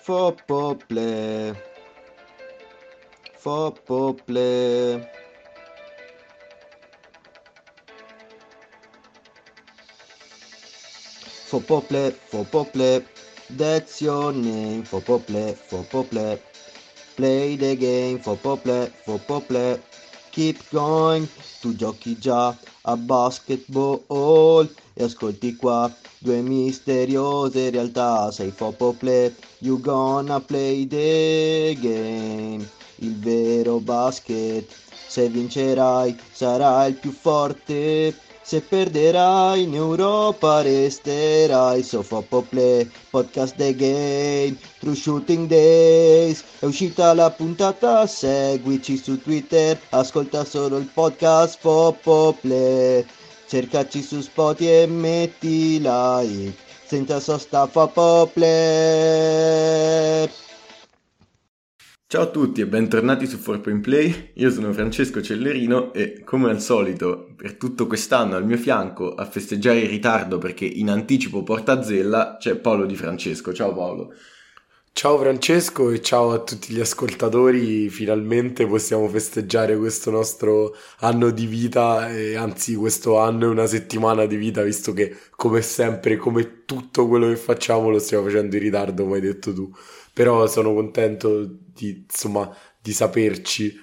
Football Football Football that's your name. Football play the game. Football keep going. Tu giochi già a basketball e ascolti qua due misteriose realtà. Sei Football, you gonna play the game. Il vero basket, se vincerai sarai il più forte. Se perderai in Europa resterai. So Football, podcast the game, True Shooting Days. È uscita la puntata, seguici su Twitter, ascolta solo il podcast Football. Cercaci su Spotify e metti like, senza sosta Football. Ciao a tutti e bentornati su 4Point Play, io sono Francesco Cellerino e come al solito per tutto quest'anno al mio fianco a festeggiare il ritardo perché in anticipo porta Zella c'è Paolo Di Francesco. Ciao Paolo. Ciao Francesco e ciao a tutti gli ascoltatori, finalmente possiamo festeggiare questo nostro anno di vita e anzi questo anno è una settimana di vita visto che come sempre, come tutto quello che facciamo lo stiamo facendo in ritardo come hai detto tu, però sono contento di saperci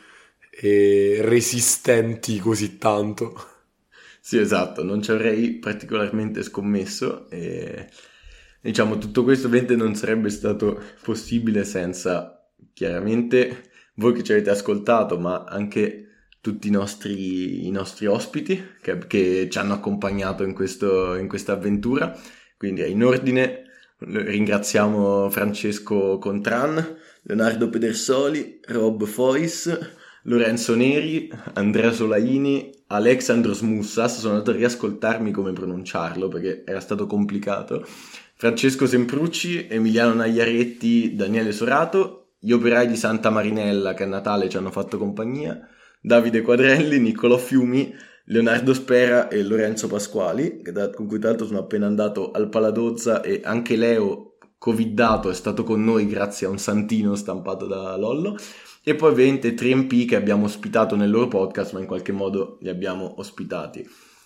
resistenti così tanto. Sì, esatto, non ci avrei particolarmente scommesso e diciamo tutto questo ovviamente non sarebbe stato possibile senza chiaramente voi che ci avete ascoltato, ma anche tutti i nostri ospiti che ci hanno accompagnato in questa avventura. Quindi in ordine ringraziamo Francesco Contran, Leonardo Pedersoli, Rob Fois, Lorenzo Neri, Andrea Solaini, Alexandros Moussas. Sono andato a riascoltarmi come pronunciarlo perché era stato complicato. Francesco Semprucci, Emiliano Nagliaretti, Daniele Sorato, gli operai di Santa Marinella che a Natale ci hanno fatto compagnia, Davide Quadrelli, Niccolò Fiumi, Leonardo Spera e Lorenzo Pasquali, con cui tra l'altro sono appena andato al Paladozza e anche Leo, covidato, è stato con noi grazie a un santino stampato da Lollo. E poi ovviamente 3MP che abbiamo ospitato nel loro podcast, ma in qualche modo li abbiamo ospitati.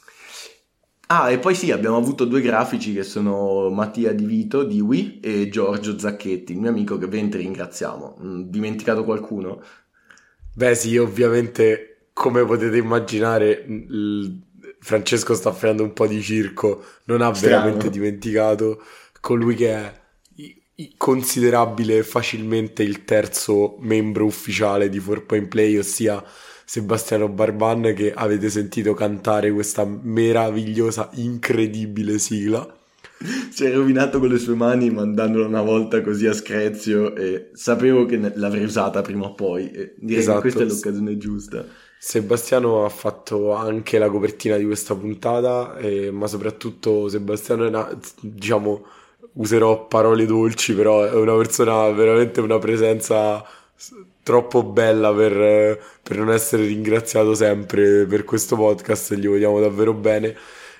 Ah, e poi sì, abbiamo avuto due grafici che sono Mattia Di Vito di Wii e Giorgio Zacchetti, il mio amico che ovviamente ringraziamo. Dimenticato qualcuno? Beh sì, ovviamente come potete immaginare Francesco sta facendo un po' di circo, non ha veramente dimenticato colui che è considerabile facilmente il terzo membro ufficiale di 4Point Play, ossia Sebastiano Barban, che avete sentito cantare questa meravigliosa, incredibile sigla. Si è rovinato con le sue mani mandandola una volta così a screzio e sapevo che l'avrei usata prima o poi e direi Esatto. che questa è l'occasione giusta. Sebastiano ha fatto anche la copertina di questa puntata, ma soprattutto Sebastiano è diciamo, userò parole dolci, però è una persona veramente una presenza troppo bella per non essere ringraziato sempre per questo podcast, gli vogliamo davvero bene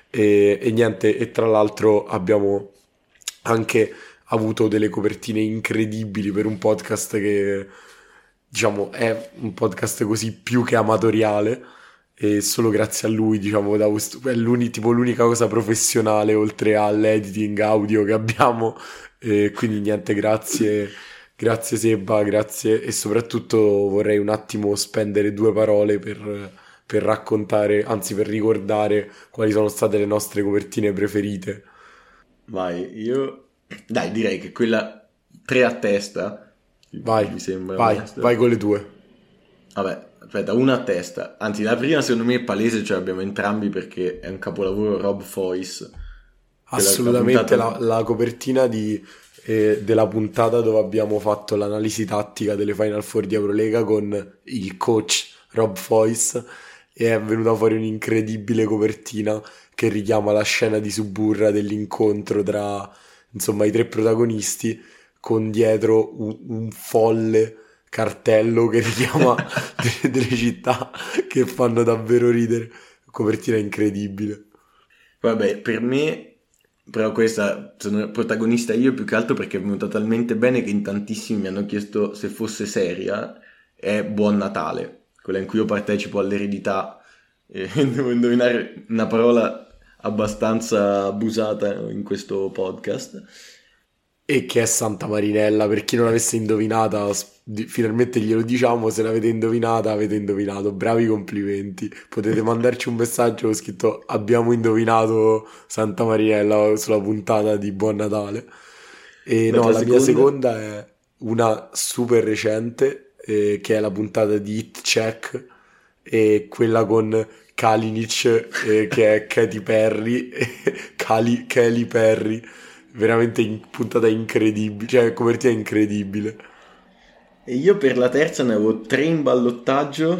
e niente, e tra l'altro abbiamo anche avuto delle copertine incredibili per un podcast che diciamo è un podcast così più che amatoriale e solo grazie a lui diciamo è l'unica cosa professionale oltre all'editing audio che abbiamo e quindi niente, grazie Seba, grazie e soprattutto vorrei un attimo spendere due parole per raccontare, anzi per ricordare quali sono state le nostre copertine preferite. Vai, dai, direi che quella 3 a testa mi sembra vai con le tue. Vabbè, aspetta, una a testa. Anzi, la prima secondo me è palese, cioè abbiamo entrambi perché è un capolavoro Rob Fois. Assolutamente la copertina della puntata dove abbiamo fatto l'analisi tattica delle Final Four di Eurolega con il coach Rob Fois e è venuta fuori un'incredibile copertina che richiama la scena di Suburra dell'incontro tra insomma i tre protagonisti con dietro un folle cartello che richiama delle città che fanno davvero ridere. Copertina incredibile. Vabbè, per me Però questa sono protagonista io più che altro perché è venuta talmente bene che in tantissimi mi hanno chiesto se fosse seria. È Buon Natale, quella in cui io partecipo all'eredità e devo indovinare una parola abbastanza abusata in questo podcast. E che è Santa Marinella, per chi non l'avesse indovinata, finalmente glielo diciamo, se l'avete indovinata avete indovinato, bravi, complimenti, potete mandarci un messaggio con scritto abbiamo indovinato Santa Marinella sulla puntata di Buon Natale. E La no, tua la mia seconda? seconda è una super recente, che è la puntata di Hit Check, e quella con Kalinic, che è Katy Perry, Kelly Perry, veramente puntata incredibile, cioè copertina incredibile. E io per la terza ne avevo tre in ballottaggio.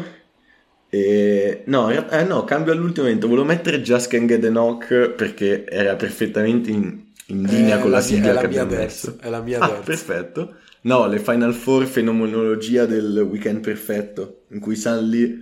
No, no, cambio all'ultimo momento. Volevo mettere Just Can't Get Enough perché era perfettamente in linea con la È sigla la che mia abbiamo terza, messo. è la mia Ah, terza. perfetto. No, le Final Four, fenomenologia del weekend perfetto, in cui Sully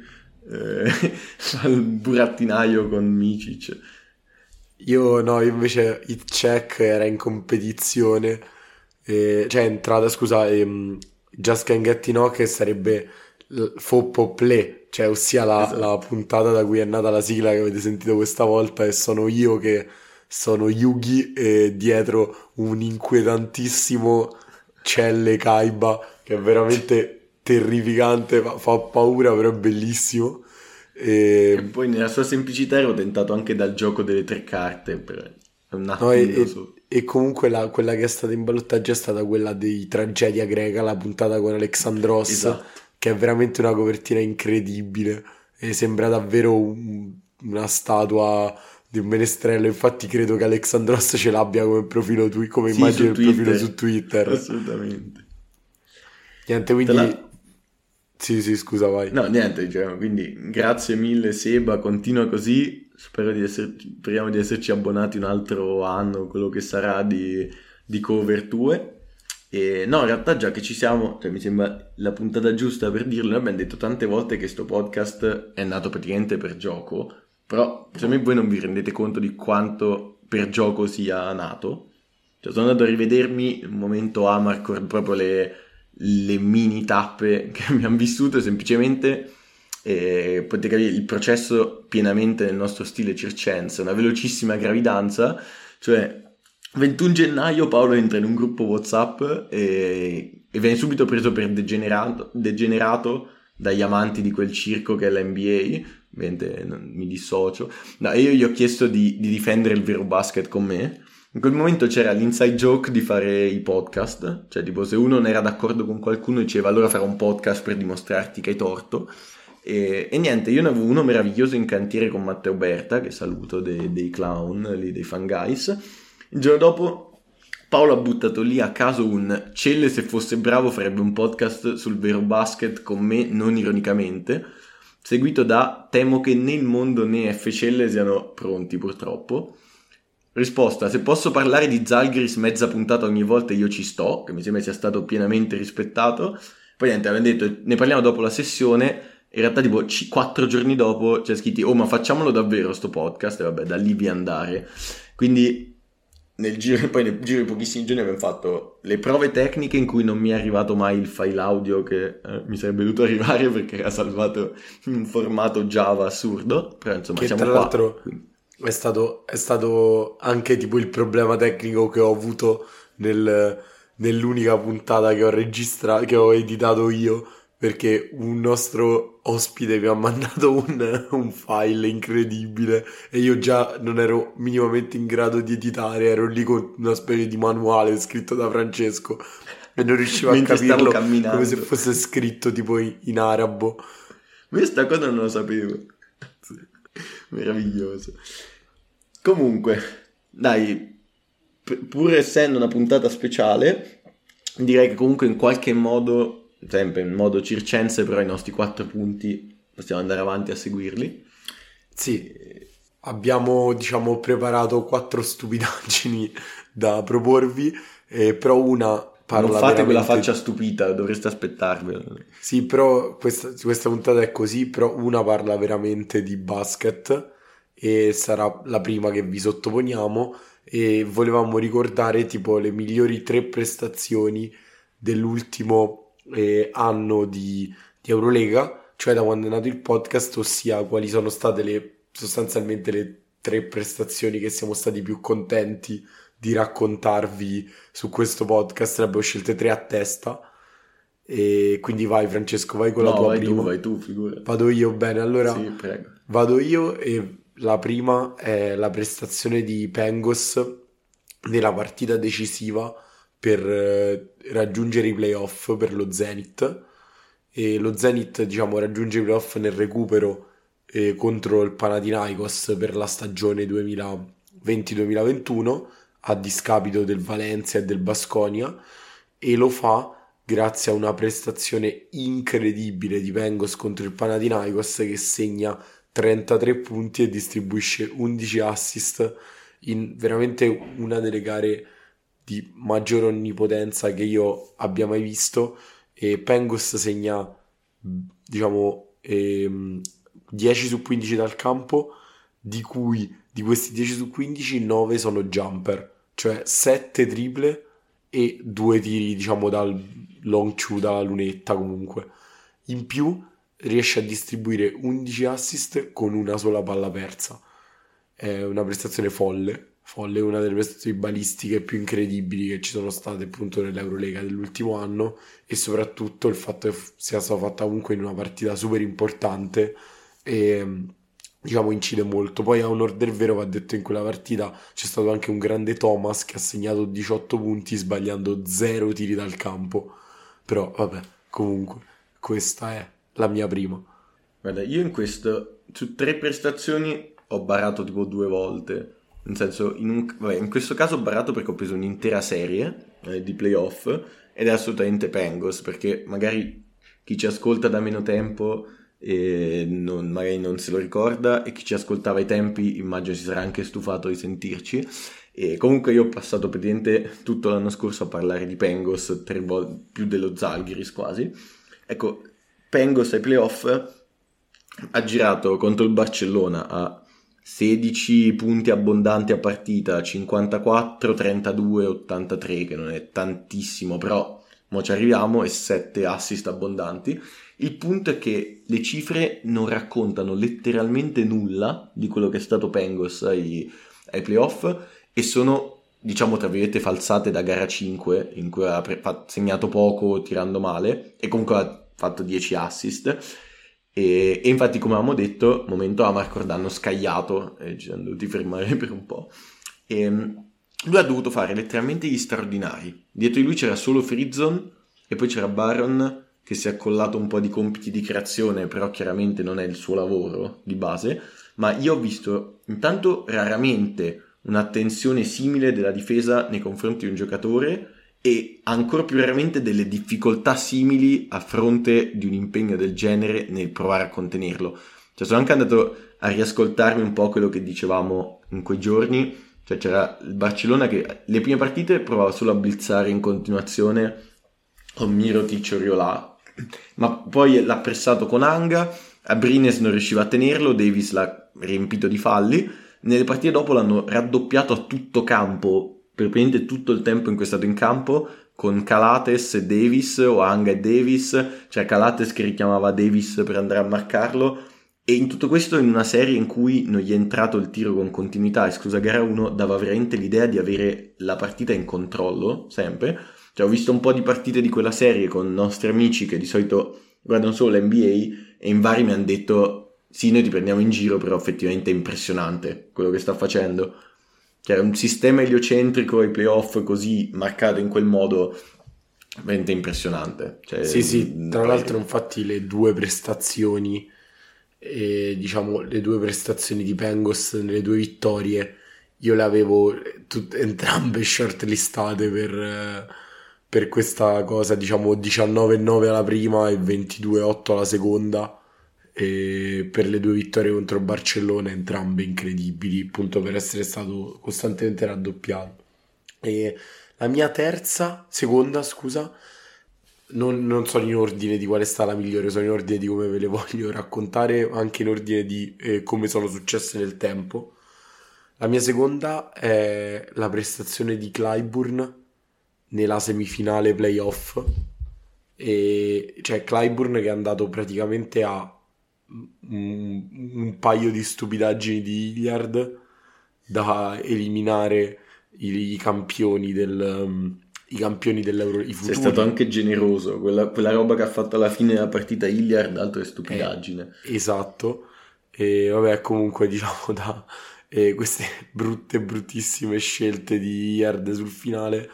al burattinaio con Micic. Io no, io invece Hit Check era in competizione, cioè è entrata, scusa, Just Can't Get Enough, che sarebbe Foppo Play, cioè ossia la Esatto. puntata da cui è nata la sigla che avete sentito questa volta, e sono io che sono Yugi e dietro un inquietantissimo Celle Kaiba che è veramente terrificante, fa paura però è bellissimo. Che E, poi nella sua semplicità ero tentato anche dal gioco delle tre carte, per un no, attimino solo. e comunque quella che è stata in ballottaggio è stata quella di Tragedia Greca, la puntata con Alexandros, Esatto. che è veramente una copertina incredibile e sembra davvero una statua di un menestrello. Infatti credo che Alexandros ce l'abbia come profilo, come Sì, immagine su del profilo su Twitter, Twitter. assolutamente. Niente, Tra quindi l'altro, sì, sì, scusa, vai. no, niente, diciamo, quindi grazie mille Seba, continua così, speriamo di esserci abbonati un altro anno, quello che sarà di cover tue. E no, in realtà già che ci siamo, cioè, mi sembra la puntata giusta per dirlo, noi abbiamo detto tante volte che sto podcast è nato praticamente per gioco, però secondo me voi non vi rendete conto di quanto per gioco sia nato. Cioè, sono andato a rivedermi il momento Amarcord, proprio le mini tappe che abbiamo vissuto, semplicemente potete capire il processo pienamente nel nostro stile circense, una velocissima gravidanza, cioè 21 gennaio Paolo entra in un gruppo WhatsApp e viene subito preso per degenerato dagli amanti di quel circo che è l'NBA, ovviamente mi dissocio. No, e io gli ho chiesto di difendere il vero basket con me. In quel momento c'era l'inside joke di fare i podcast, cioè tipo se uno non era d'accordo con qualcuno diceva allora farò un podcast per dimostrarti che hai torto. E niente, io ne avevo uno meraviglioso in cantiere con Matteo Berta, che saluto, dei clown, lì, dei fan guys. Il giorno dopo Paolo ha buttato lì a caso un Celle, se fosse bravo farebbe un podcast sul vero basket con me, non ironicamente, seguito da temo che né il mondo né F. Celle siano pronti purtroppo. Risposta: se posso parlare di Zalgiris mezza puntata ogni volta io ci sto, che mi sembra sia stato pienamente rispettato. Poi niente, avevano detto ne parliamo dopo la sessione. In realtà tipo 4 giorni dopo c'è scritti oh ma facciamolo davvero sto podcast, e vabbè, da lì vi andare. Quindi nel giro di pochissimi giorni abbiamo fatto le prove tecniche in cui non mi è arrivato mai il file audio che mi sarebbe dovuto arrivare perché era salvato in un formato Java assurdo, però insomma Che siamo tra qua. l'altro è stato anche tipo il problema tecnico che ho avuto nell'unica puntata che ho registrato, che ho editato io, perché un nostro ospite mi ha mandato un file incredibile e io già non ero minimamente in grado di editare, ero lì con una specie di manuale scritto da Francesco e non riuscivo a Mentre stavo capirlo, come se camminando. fosse scritto tipo in arabo. Questa cosa non lo sapevo. Meraviglioso. Comunque, dai, pur essendo una puntata speciale, direi che comunque in qualche modo, sempre in modo circense, però i nostri 4 punti possiamo andare avanti a seguirli. Sì, abbiamo diciamo preparato 4 stupidaggini da proporvi, però una Non parla fate quella veramente... faccia stupita, dovreste aspettarvela. Sì, però questa puntata è così, però una parla veramente di basket e sarà la prima che vi sottoponiamo, e volevamo ricordare tipo le migliori 3 prestazioni dell'ultimo anno di Eurolega, cioè da quando è nato il podcast, ossia quali sono state sostanzialmente le 3 prestazioni che siamo stati più contenti di raccontarvi su questo podcast. Ne abbiamo scelte 3 a testa. E quindi vai Francesco, vai con la tua prima. Vai tu, figura. Vado io, bene, allora Sì, prego. vado io e la prima è la prestazione di Pengos nella partita decisiva per raggiungere i playoff per lo Zenit. E lo Zenit, diciamo, raggiunge i playoff nel recupero contro il Panathinaikos per la stagione 2020-2021 a discapito del Valencia e del Baskonia, e lo fa grazie a una prestazione incredibile di Pengos contro il Panathinaikos, che segna 33 punti e distribuisce 11 assist in veramente una delle gare di maggior onnipotenza che io abbia mai visto. E Pengos segna, diciamo, 10 su 15 dal campo, di cui di questi 10 su 15 9 sono jumper, cioè 7 triple e 2 tiri, diciamo, dal long two, dalla lunetta comunque. In più riesce a distribuire 11 assist con una sola palla persa. È una prestazione folle, una delle prestazioni balistiche più incredibili che ci sono state appunto nell'Eurolega dell'ultimo anno, e soprattutto il fatto che sia stata fatta comunque in una partita super importante e diciamo incide molto. Poi a onor del vero va detto, in quella partita c'è stato anche un grande Thomas che ha segnato 18 punti sbagliando 0 tiri dal campo, però vabbè, comunque questa è la mia prima. Guarda, io in questo, su 3 prestazioni ho barato tipo 2 volte, nel senso, in questo caso ho barato perché ho preso un'intera serie di playoff, ed è assolutamente Pengos, perché magari chi ci ascolta da meno tempo magari non se lo ricorda, e chi ci ascoltava ai tempi immagino si sarà anche stufato di sentirci. E comunque io ho passato praticamente tutto l'anno scorso a parlare di Pengos, 3 volte più dello Zalgiris quasi. Ecco, Pengos ai playoff ha girato contro il Barcellona a 16 punti abbondanti a partita, 54, 32, 83, che non è tantissimo, però mo ci arriviamo, e 7 assist abbondanti. Il punto è che le cifre non raccontano letteralmente nulla di quello che è stato Pengos ai playoff, e sono, diciamo, tra virgolette, falsate da gara 5, in cui ha segnato poco tirando male, e comunque ha fatto 10 assist. E infatti, come avevamo detto, momento a Marco Ordan scagliato, e ci siamo dovuti fermare per un po'. E lui ha dovuto fare letteralmente gli straordinari. Dietro di lui c'era solo Frizzon, e poi c'era Baron che si è accollato un po' di compiti di creazione, però chiaramente non è il suo lavoro di base. Ma io ho visto intanto raramente un'attenzione simile della difesa nei confronti di un giocatore, e ancora più raramente delle difficoltà simili a fronte di un impegno del genere nel provare a contenerlo. Cioè, sono anche andato a riascoltarmi un po' quello che dicevamo in quei giorni. Cioè, c'era il Barcellona che le prime partite provava solo a blitzare in continuazione con Mirotic o Riolà, ma poi l'ha pressato con Anga, Abrines non riusciva a tenerlo, Davis l'ha riempito di falli. Nelle partite dopo l'hanno raddoppiato a tutto campo, per praticamente tutto il tempo in cui è stato in campo, con Calates e Davis, o Anga e Davis, cioè Calates che richiamava Davis per andare a marcarlo, e in tutto questo in una serie in cui non gli è entrato il tiro con continuità, esclusa gara 1, dava veramente l'idea di avere la partita in controllo, sempre. Cioè, ho visto un po' di partite di quella serie con nostri amici che di solito guardano solo l'NBA, e in vari mi hanno detto sì, noi ti prendiamo in giro, però effettivamente è impressionante quello che sta facendo. Cioè, un sistema eliocentrico ai playoff così marcato in quel modo, veramente impressionante. Cioè, Sì, tra l'altro infatti le 2 prestazioni, diciamo le 2 prestazioni di Pengos nelle 2 vittorie, io le avevo entrambe shortlistate per questa cosa, diciamo 19-9 alla prima e 22-8 alla seconda, e per le 2 vittorie contro Barcellona, entrambe incredibili, appunto per essere stato costantemente raddoppiato. E la mia seconda, non so in ordine di quale sta la migliore, sono in ordine di come ve le voglio raccontare, anche in ordine di come sono successe nel tempo. La mia seconda è la prestazione di Clyburn nella semifinale playoff. E cioè Clyburn che è andato praticamente a un paio di stupidaggini di Hilliard da eliminare i campioni i campioni dell'Euro, i Sei futuri. stato anche generoso, quella roba che ha fatto alla fine della partita Hilliard, altro è stupidaggine. Esatto. E vabbè, comunque diciamo da queste bruttissime scelte di Hilliard sul finale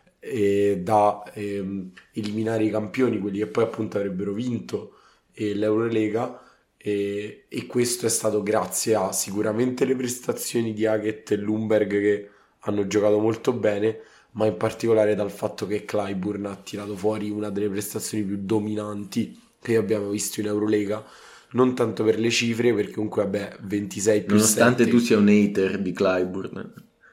da eliminare i campioni, quelli che poi appunto avrebbero vinto l'Eurolega, e questo è stato grazie a sicuramente le prestazioni di Hackett e Lumberg che hanno giocato molto bene, ma in particolare dal fatto che Clyburn ha tirato fuori una delle prestazioni più dominanti che abbiamo visto in Eurolega, non tanto per le cifre, perché comunque vabbè 26 più Nonostante 7 tu sia un hater di Clyburn.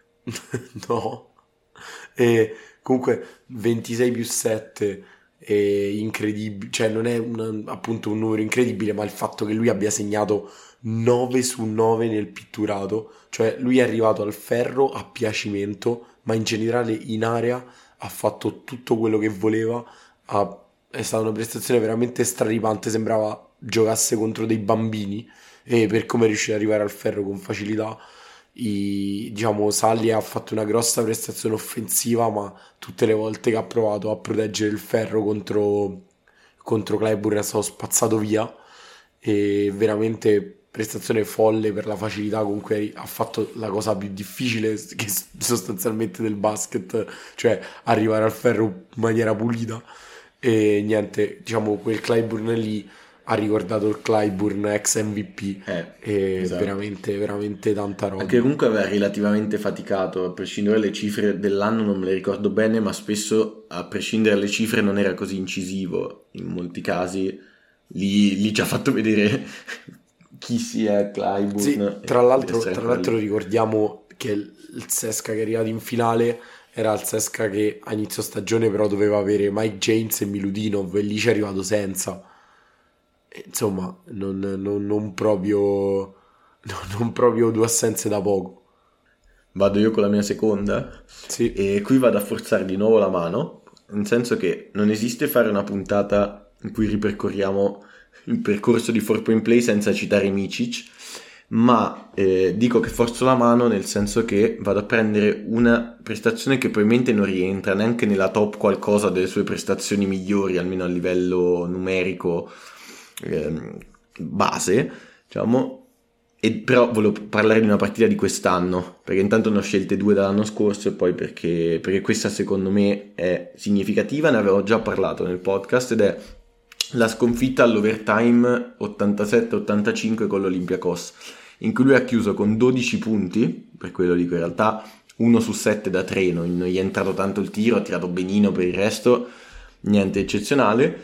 no, e comunque 26 più 7 è incredibile, cioè non è appunto un numero incredibile, ma il fatto che lui abbia segnato 9 su 9 nel pitturato, cioè lui è arrivato al ferro a piacimento, ma in generale in area ha fatto tutto quello che voleva, è stata una prestazione veramente straripante, sembrava giocasse contro dei bambini, e per come riuscire ad arrivare al ferro con facilità. Diciamo Salli ha fatto una grossa prestazione offensiva, ma tutte le volte che ha provato a proteggere il ferro contro Clyburn è stato spazzato via, e veramente prestazione folle per la facilità. Comunque ha fatto la cosa più difficile che sostanzialmente del basket, cioè arrivare al ferro in maniera pulita. E niente, diciamo quel Clyburn lì ha ricordato il Clyburn ex MVP, Esatto. veramente veramente tanta roba. Anche comunque aveva relativamente faticato, a prescindere dalle cifre dell'anno non me le ricordo bene, ma spesso a prescindere dalle cifre non era così incisivo in molti casi. Lì ci ha fatto vedere chi sia Clyburn. Sì, tra l'altro ricordiamo che il Sesca che è arrivato in finale era il Sesca che a inizio stagione però doveva avere Mike James e Miludinov, e lì ci è arrivato senza. Insomma, non proprio due assenze da poco. Vado io con la mia seconda? Sì. E qui vado a forzare di nuovo la mano, nel senso che non esiste fare una puntata in cui ripercorriamo il percorso di 4-point play senza citare Micic, ma dico che forzo la mano nel senso che vado a prendere una prestazione che probabilmente non rientra neanche nella top qualcosa delle sue prestazioni migliori, almeno a livello numerico base, diciamo, però volevo parlare di una partita di quest'anno, perché intanto ne ho scelte due dall'anno scorso e poi perché questa secondo me è significativa, ne avevo già parlato nel podcast, ed è la sconfitta all'overtime 87-85 con l'Olympiakos, in cui lui ha chiuso con 12 punti, per quello dico in realtà 1 su 7 da 3, non gli è entrato tanto il tiro, ha tirato benino, per il resto niente eccezionale,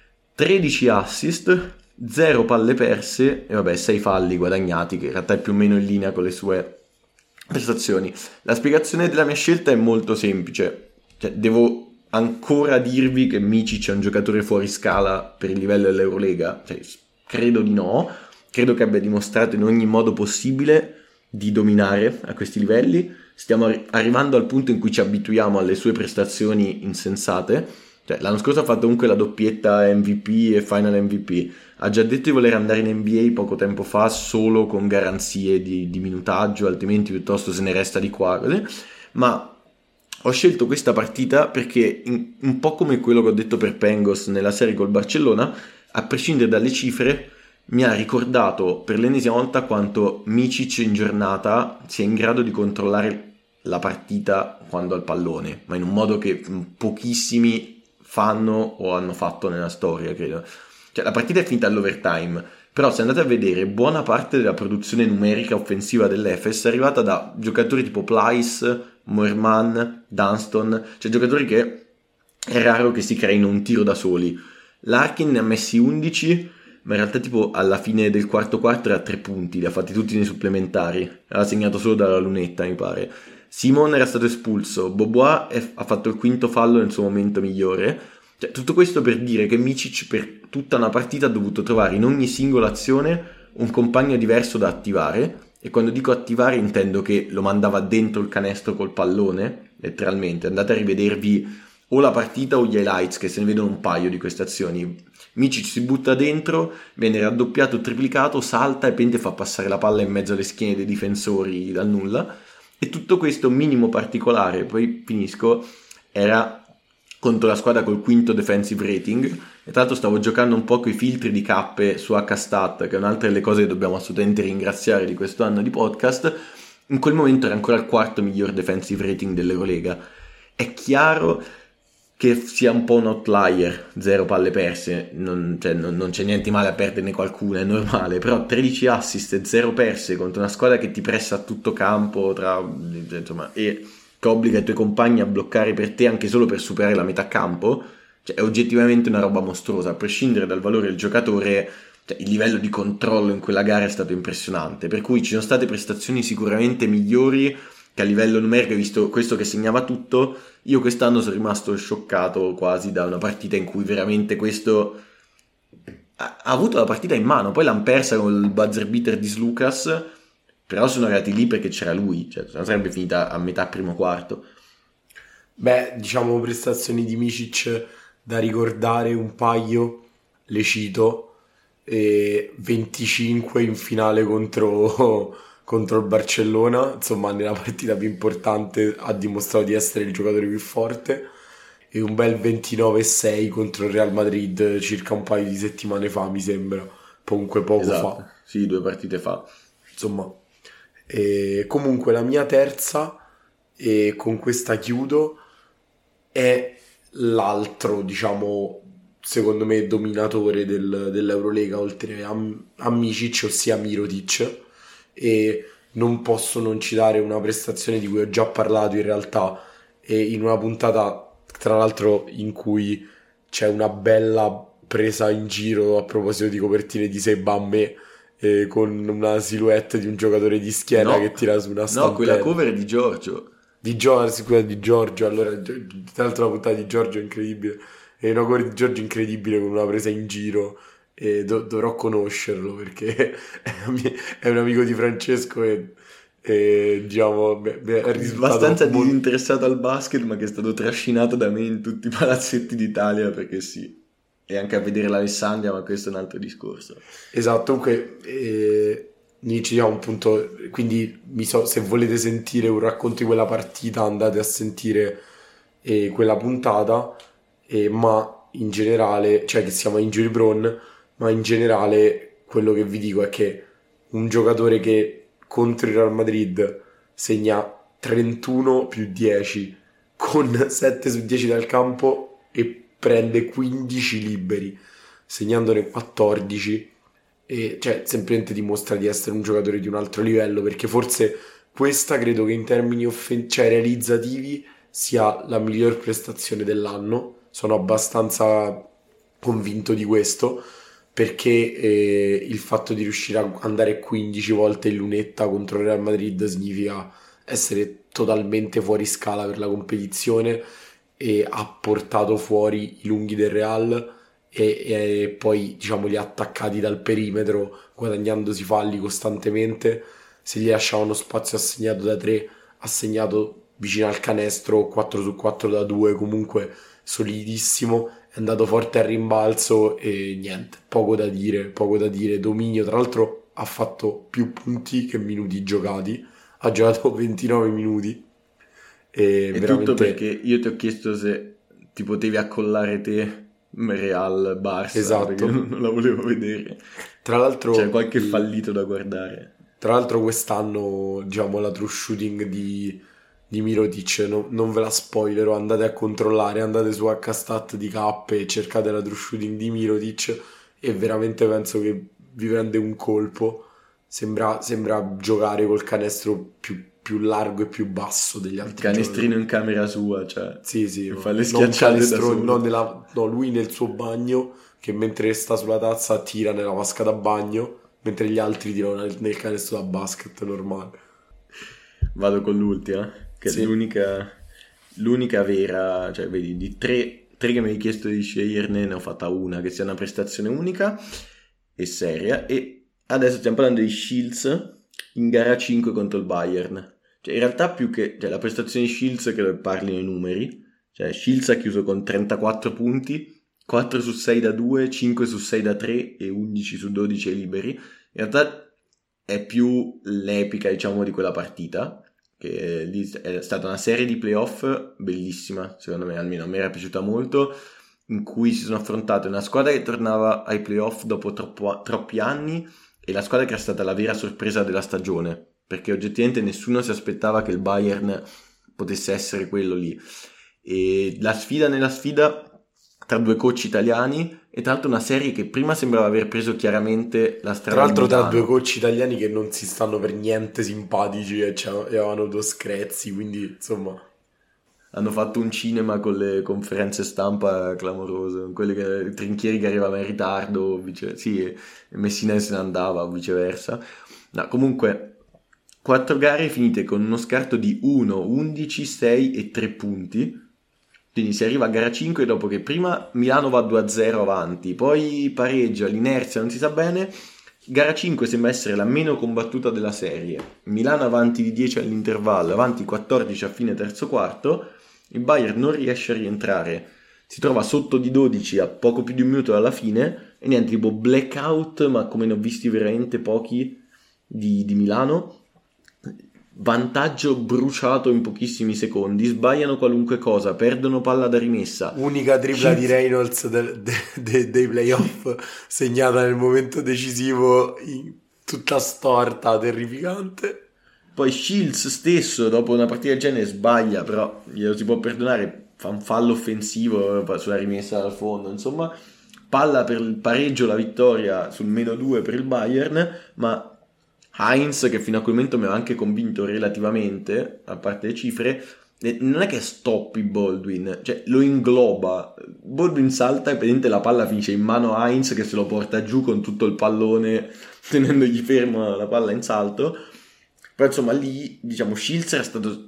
13 assist, 0 palle perse e vabbè 6 falli guadagnati, che in realtà è più o meno in linea con le sue prestazioni. La spiegazione della mia scelta è molto semplice, cioè devo ancora dirvi che Micic è un giocatore fuori scala per il livello dell'Eurolega? Cioè, credo di no, credo che abbia dimostrato in ogni modo possibile di dominare a questi livelli. Stiamo arrivando al punto in cui ci abituiamo alle sue prestazioni insensate. Cioè, l'anno scorso ha fatto comunque la doppietta MVP e Final MVP, ha già detto di voler andare in NBA poco tempo fa solo con garanzie di minutaggio, altrimenti piuttosto se ne resta di qua, così. Ma ho scelto questa partita perché un po' come quello che ho detto per Pengos nella serie col Barcellona, a prescindere dalle cifre mi ha ricordato per l'ennesima volta quanto Micic in giornata sia in grado di controllare la partita quando ha il pallone, ma in un modo che pochissimi fanno o hanno fatto nella storia, credo. Cioè, la partita è finita all'overtime, però se andate a vedere, buona parte della produzione numerica offensiva dell'Efes è arrivata da giocatori tipo Plyce, Moerman, Dunston, cioè giocatori che è raro che si creino un tiro da soli. Larkin ne ha messi 11, ma in realtà tipo alla fine del quarto era a 3 punti, li ha fatti tutti nei supplementari, aveva segnato solo dalla lunetta mi pare. Simon era stato espulso, Bobois ha fatto il quinto fallo nel suo momento migliore. Cioè, tutto questo per dire che Micic per tutta una partita ha dovuto trovare in ogni singola azione un compagno diverso da attivare, e quando dico attivare intendo che lo mandava dentro il canestro col pallone, letteralmente. Andate a rivedervi o la partita o gli highlights, che se ne vedono un paio di queste azioni. Micic si butta dentro, viene raddoppiato, triplicato, salta e Pente fa passare la palla in mezzo alle schiene dei difensori dal nulla, e tutto questo minimo particolare, poi finisco, era contro la squadra col quinto defensive rating, e tra l'altro stavo giocando un po' con i filtri di cappe su HStat, che è un'altra delle cose che dobbiamo assolutamente ringraziare di questo anno di podcast. In quel momento era ancora il quarto miglior defensive rating dell'Eurolega. È chiaro che sia un po' un outlier, 0 palle perse, non c'è niente male a perderne qualcuna, è normale, però 13 assist e 0 perse contro una squadra che ti pressa a tutto campo, e che obbliga i tuoi compagni a bloccare per te anche solo per superare la metà campo, cioè è oggettivamente una roba mostruosa. A prescindere dal valore del giocatore, cioè, il livello di controllo in quella gara è stato impressionante, per cui ci sono state prestazioni sicuramente migliori, che a livello numerico, visto questo che segnava tutto, io quest'anno sono rimasto scioccato quasi da una partita in cui veramente questo ha avuto la partita in mano. Poi l'hanno persa con il buzzer beater di Slucas, però sono arrivati lì perché c'era lui, cioè non sarebbe finita a metà primo quarto. Beh, diciamo prestazioni di Micic da ricordare un paio, le cito, 25 in finale contro il Barcellona, insomma nella partita più importante ha dimostrato di essere il giocatore più forte, e un bel 29-6 contro il Real Madrid circa un paio di settimane fa, mi sembra, comunque poco fa. Sì, 2 partite fa. Insomma, comunque la mia terza, e con questa chiudo, è l'altro, diciamo, secondo me dominatore dell'Eurolega oltre a Micic, ossia Mirotic, e non posso non citare una prestazione di cui ho già parlato in realtà, e in una puntata tra l'altro in cui c'è una bella presa in giro a proposito di copertine di Seba a me, con una silhouette di un giocatore di schiena che tira su una stampella. No, quella cover è di Giorgio. Quella di Giorgio, allora tra l'altro la puntata di Giorgio è incredibile, è una cover di Giorgio incredibile con una presa in giro, e dovrò conoscerlo perché è un amico di Francesco, e diciamo è risultato abbastanza disinteressato al basket, ma che è stato trascinato da me in tutti i palazzetti d'Italia, perché sì, e anche a vedere l'Alessandria, ma questo è un altro discorso. Esatto. Comunque ci diamo un punto, quindi se volete sentire un racconto di quella partita andate a sentire quella puntata, ma in generale, cioè che si chiama Injury Prone, ma in generale quello che vi dico è che un giocatore che contro il Real Madrid segna 31 più 10 con 7 su 10 dal campo e prende 15 liberi segnandone 14, e cioè semplicemente dimostra di essere un giocatore di un altro livello, perché forse questa credo che in termini realizzativi sia la miglior prestazione dell'anno. Sono abbastanza convinto di questo, perché il fatto di riuscire a andare 15 volte in lunetta contro il Real Madrid significa essere totalmente fuori scala per la competizione, e ha portato fuori i lunghi del Real e poi diciamo li ha attaccati dal perimetro guadagnandosi falli costantemente. Se gli lasciavano spazio assegnato da 3, ha segnato vicino al canestro 4 su 4 da 2, comunque solidissimo, è andato forte al rimbalzo e niente, poco da dire, dominio. Tra l'altro ha fatto più punti che minuti giocati, ha giocato 29 minuti e veramente... tutto perché io ti ho chiesto se ti potevi accollare te Real Barça, esatto, perché non la volevo vedere. Tra l'altro c'è qualche fallito da guardare. Tra l'altro quest'anno, diciamo, la true shooting di Mirotic, non ve la spoilerò, andate a controllare, andate su HStat di K e cercate la true shooting di Mirotic, e veramente penso che vi prende un colpo. Sembra giocare col canestro più largo e più basso degli altri. Il canestrino in camera sua, cioè sì, fa le schiacciate da solo. No, lui nel suo bagno, che mentre sta sulla tazza tira nella vasca da bagno, mentre gli altri tirano nel canestro da basket normale. Vado con l'ultima, che sì, è l'unica vera, cioè vedi, di tre che mi hai chiesto di sceglierne, ne ho fatta una che sia una prestazione unica e seria. E adesso stiamo parlando di Shields, in gara 5 contro il Bayern. Cioè in realtà più che la prestazione di Shields che parli nei numeri, cioè Shields ha chiuso con 34 punti, 4 su 6 da 2, 5 su 6 da 3 e 11 su 12 ai liberi. In realtà è più l'epica, diciamo, di quella partita, che lì è stata una serie di playoff bellissima, secondo me, almeno a me era piaciuta molto, in cui si sono affrontate una squadra che tornava ai playoff dopo troppi anni e la squadra che era stata la vera sorpresa della stagione, perché oggettivamente nessuno si aspettava che il Bayern potesse essere quello lì. E la sfida nella sfida tra due coach italiani, e tra l'altro una serie che prima sembrava aver preso chiaramente la strada Tra l'altro di tra Milano. due coach italiani che non si stanno per niente simpatici e avevano due screzi, quindi insomma... Hanno fatto un cinema con le conferenze stampa clamorose, quelli che, Trinchieri che arrivava in ritardo, e Messina se ne andava o viceversa. No, comunque, 4 gare finite con uno scarto di 1, 11, 6 e 3 punti. Quindi si arriva a gara 5 dopo che prima Milano va 2-0 avanti, poi pareggia, l'inerzia non si sa bene. Gara 5 sembra essere la meno combattuta della serie. Milano avanti di 10 all'intervallo, avanti 14 a fine terzo quarto. Il Bayern non riesce a rientrare, si trova sotto di 12 a poco più di un minuto dalla fine e niente, tipo blackout, ma come ne ho visti veramente pochi di Milano. Vantaggio bruciato in pochissimi secondi, sbagliano qualunque cosa, perdono palla da rimessa. Unica tripla di Reynolds dei playoff segnata nel momento decisivo, tutta storta, terrificante. Poi Shields stesso dopo una partita del genere sbaglia, però glielo si può perdonare, fa un fallo offensivo sulla rimessa dal fondo, insomma palla per il pareggio, la vittoria sul -2 per il Bayern, ma Heinz, che fino a quel momento mi aveva anche convinto relativamente, a parte le cifre, non è che stoppi Baldwin, cioè lo ingloba. Baldwin salta e praticamente la palla finisce in mano a Heinz che se lo porta giù con tutto il pallone tenendogli fermo la palla in salto. Però insomma lì, diciamo, Shields è stato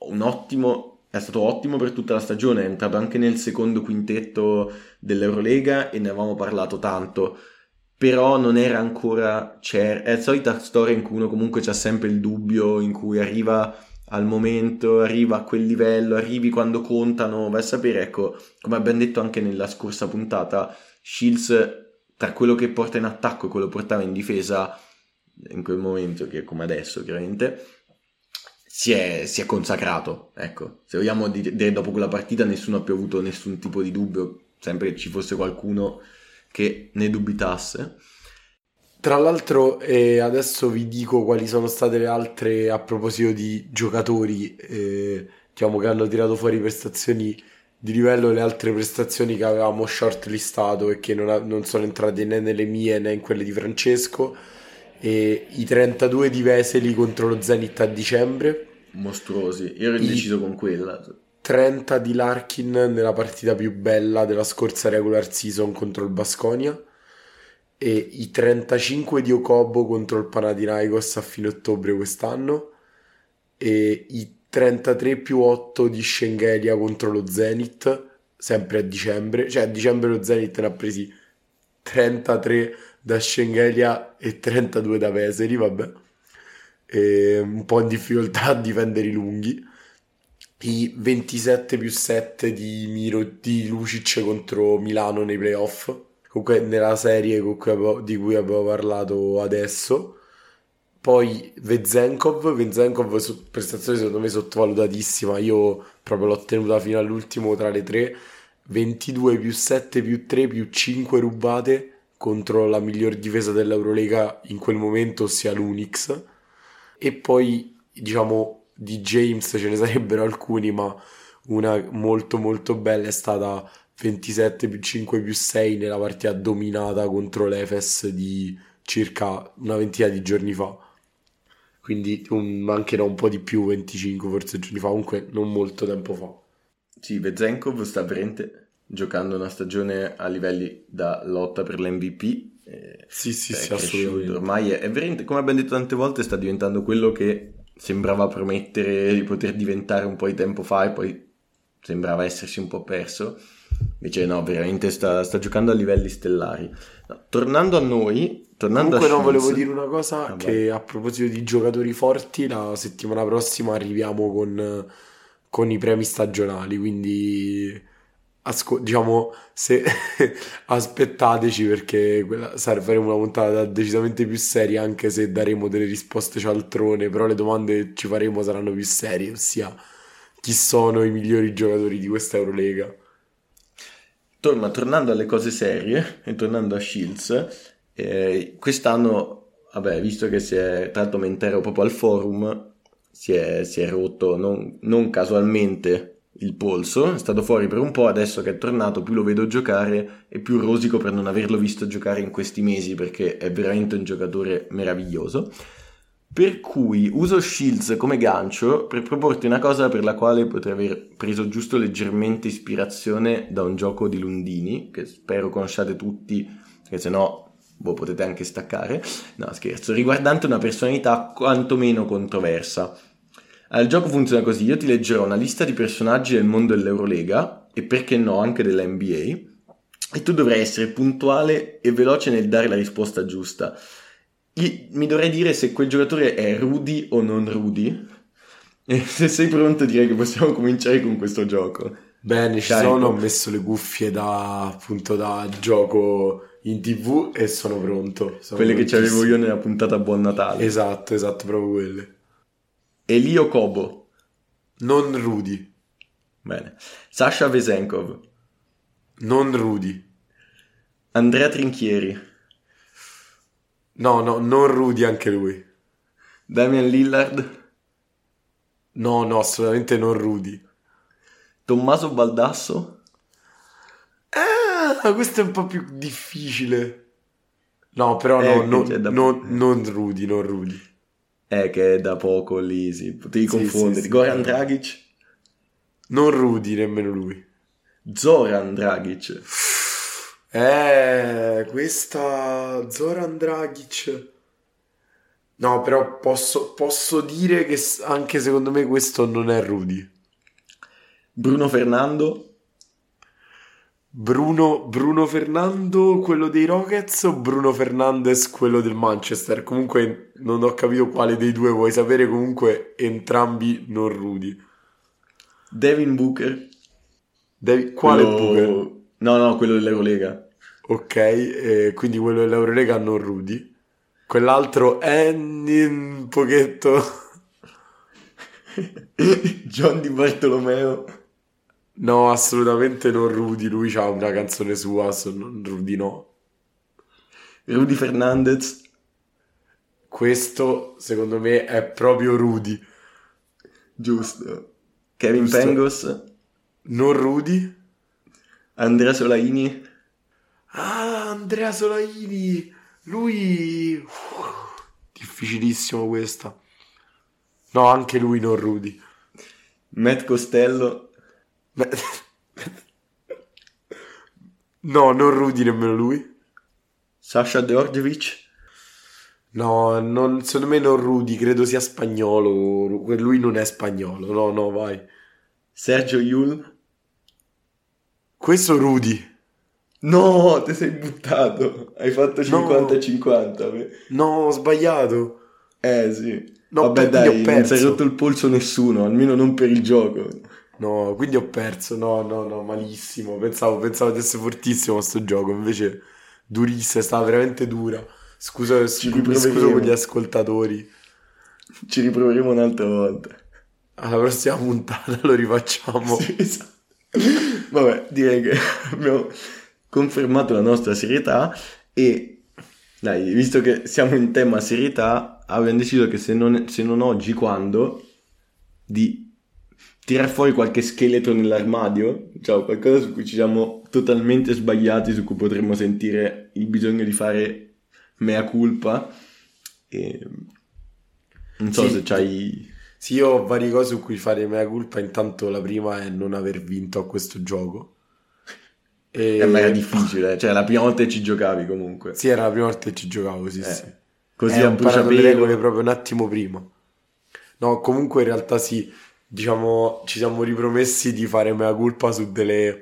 ottimo per tutta la stagione, è entrato anche nel secondo quintetto dell'Eurolega e ne avevamo parlato tanto. Però non era ancora è la solita storia in cui uno comunque c'ha sempre il dubbio, in cui arriva al momento, arriva a quel livello, arrivi quando contano, vai a sapere. Ecco, come abbiamo detto anche nella scorsa puntata, Shields tra quello che porta in attacco e quello che portava in difesa in quel momento, che è come adesso chiaramente, si è consacrato. Ecco, se vogliamo dire, dopo quella partita nessuno ha più avuto nessun tipo di dubbio, sempre che ci fosse qualcuno che ne dubitasse. Tra l'altro adesso vi dico quali sono state le altre, a proposito di giocatori diciamo che hanno tirato fuori prestazioni di livello, le altre prestazioni che avevamo shortlistato e che non sono entrate né nelle mie né in quelle di Francesco. I 32 di Vesely contro lo Zenit a dicembre, mostruosi, io ero indeciso con quella. 30 di Larkin nella partita più bella della scorsa regular season contro il Baskonia, e i 35 di Okobo contro il Panathinaikos a fine ottobre quest'anno, e i 33 più 8 di Schengelia contro lo Zenit sempre a dicembre. Cioè a dicembre lo Zenit ne ha presi 33 da Schengelia e 32 da Vesely, vabbè, e un po' in difficoltà a difendere i lunghi. I 27 più 7 di Lucic contro Milano nei playoff, comunque nella serie di cui abbiamo parlato adesso. Poi Vezenkov, prestazione secondo me sottovalutatissima, io proprio l'ho tenuta fino all'ultimo tra le tre. 22 più 7 più 3 più 5 rubate contro la miglior difesa dell'Eurolega in quel momento, ossia l'Unix. E poi diciamo di James ce ne sarebbero alcuni, ma una molto molto bella è stata 27 più 5 più 6 nella partita dominata contro l'Efes di circa una ventina di giorni fa, quindi anche un po' di più, 25 forse giorni fa, comunque non molto tempo fa. Sì, Vezenkov sta veramente giocando una stagione a livelli da lotta per l'MVP. Sì, assolutamente. Ormai è veramente, come abbiamo detto tante volte, sta diventando quello che sembrava promettere di poter diventare un po' di tempo fa e poi sembrava essersi un po' perso. Invece no, veramente sta giocando a livelli stellari. No, tornando a noi, tornando Comunque a no, volevo Shields, dire una cosa, vai. che a proposito di giocatori forti, la settimana prossima arriviamo con i premi stagionali, quindi diciamo, se aspettateci, perché faremo una puntata decisamente più seria, anche se daremo delle risposte cialtrone, però le domande che ci faremo saranno più serie, ossia chi sono i migliori giocatori di questa Eurolega. Tornando alle cose serie e tornando a Shields, quest'anno, vabbè, visto che tra l'altro mentre ero proprio al forum, si è rotto non casualmente il polso, è stato fuori per un po', adesso che è tornato più lo vedo giocare e più rosico per non averlo visto giocare in questi mesi, perché è veramente un giocatore meraviglioso. Per cui uso Shields come gancio per proporti una cosa per la quale potrei aver preso giusto leggermente ispirazione da un gioco di Lundini, che spero conosciate tutti, che se no potete anche staccare. No, scherzo, riguardante una personalità quantomeno controversa. Il gioco funziona così: io ti leggerò una lista di personaggi del mondo dell'Eurolega, e perché no anche della NBA, e tu dovrai essere puntuale e veloce nel dare la risposta giusta. Mi dovrei dire se quel giocatore è Rudy o non Rudy. E se sei pronto direi che possiamo cominciare con questo gioco. Bene, ci sono, ho messo le cuffie da gioco in TV e sono pronto. Quelle che c'avevo io nella puntata Buon Natale. Esatto, proprio quelle. Elio Kobo. Non Rudy. Bene. Sasha Vesenkov. Non Rudy. Andrea Trinchieri. No, non Rudy anche lui. Damian Lillard. No, assolutamente non Rudy. Tommaso Baldasso. Questo è un po' più difficile. No, però non Rudy, non Rudy. Che è da poco lì, sì. Potevi confonderti. Sì, Goran Dragic. Non Rudy, nemmeno lui. Zoran Dragic. Questa Zoran Dragic. No, però posso dire che anche secondo me questo non è Rudy. Bruno Fernando. Bruno Fernando, quello dei Rockets, o Bruno Fernandes, quello del Manchester? Comunque non ho capito quale dei due vuoi sapere, comunque entrambi non Rudy. Devin Booker. Quale Booker? No, quello dell'Eurolega. Ok, quindi quello dell'Eurolega non Rudy. Quell'altro è un pochetto. John Di Bartolomeo. No, assolutamente non Rudy. Lui c'ha una canzone sua, non Rudy no. Rudy Fernandez. Questo secondo me è proprio Rudy. Giusto. Kevin Pangos. Non Rudy. Andrea Solaini. Andrea Solaini. Lui... difficilissimo questa. No, anche lui non Rudy. Matt Costello. No, non Rudy nemmeno lui. Sasha Djordjevic. No, secondo me non Rudy, credo sia spagnolo. Lui non è spagnolo. No, vai. Sergio Yul. Questo Rudy. No, ti sei buttato. Hai fatto 50-50. No, ho sbagliato. Sì. No, vabbè dai, non si è rotto il polso nessuno, almeno non per il gioco. No, quindi ho perso. No, malissimo. Pensavo di essere fortissimo a sto gioco, invece durissima, stava veramente dura. Scuso con gli ascoltatori. Ci riproveremo un'altra volta. Alla prossima puntata lo rifacciamo. Sì, esatto. Vabbè, direi che abbiamo confermato la nostra serietà e dai, visto che siamo in tema serietà, abbiamo deciso che se non oggi, quando, di tirar fuori qualche scheletro nell'armadio, cioè qualcosa su cui ci siamo totalmente sbagliati, su cui potremmo sentire il bisogno di fare mea culpa. E non so se c'hai... Sì, io ho varie cose su cui fare mea culpa. Intanto la prima è non aver vinto a questo gioco. Ma era difficile, cioè la prima volta che ci giocavi comunque. Sì, era la prima volta che ci giocavo, sì. Così ho imparato le regole proprio un attimo prima. No, comunque in realtà sì, diciamo, ci siamo ripromessi di fare mea culpa su delle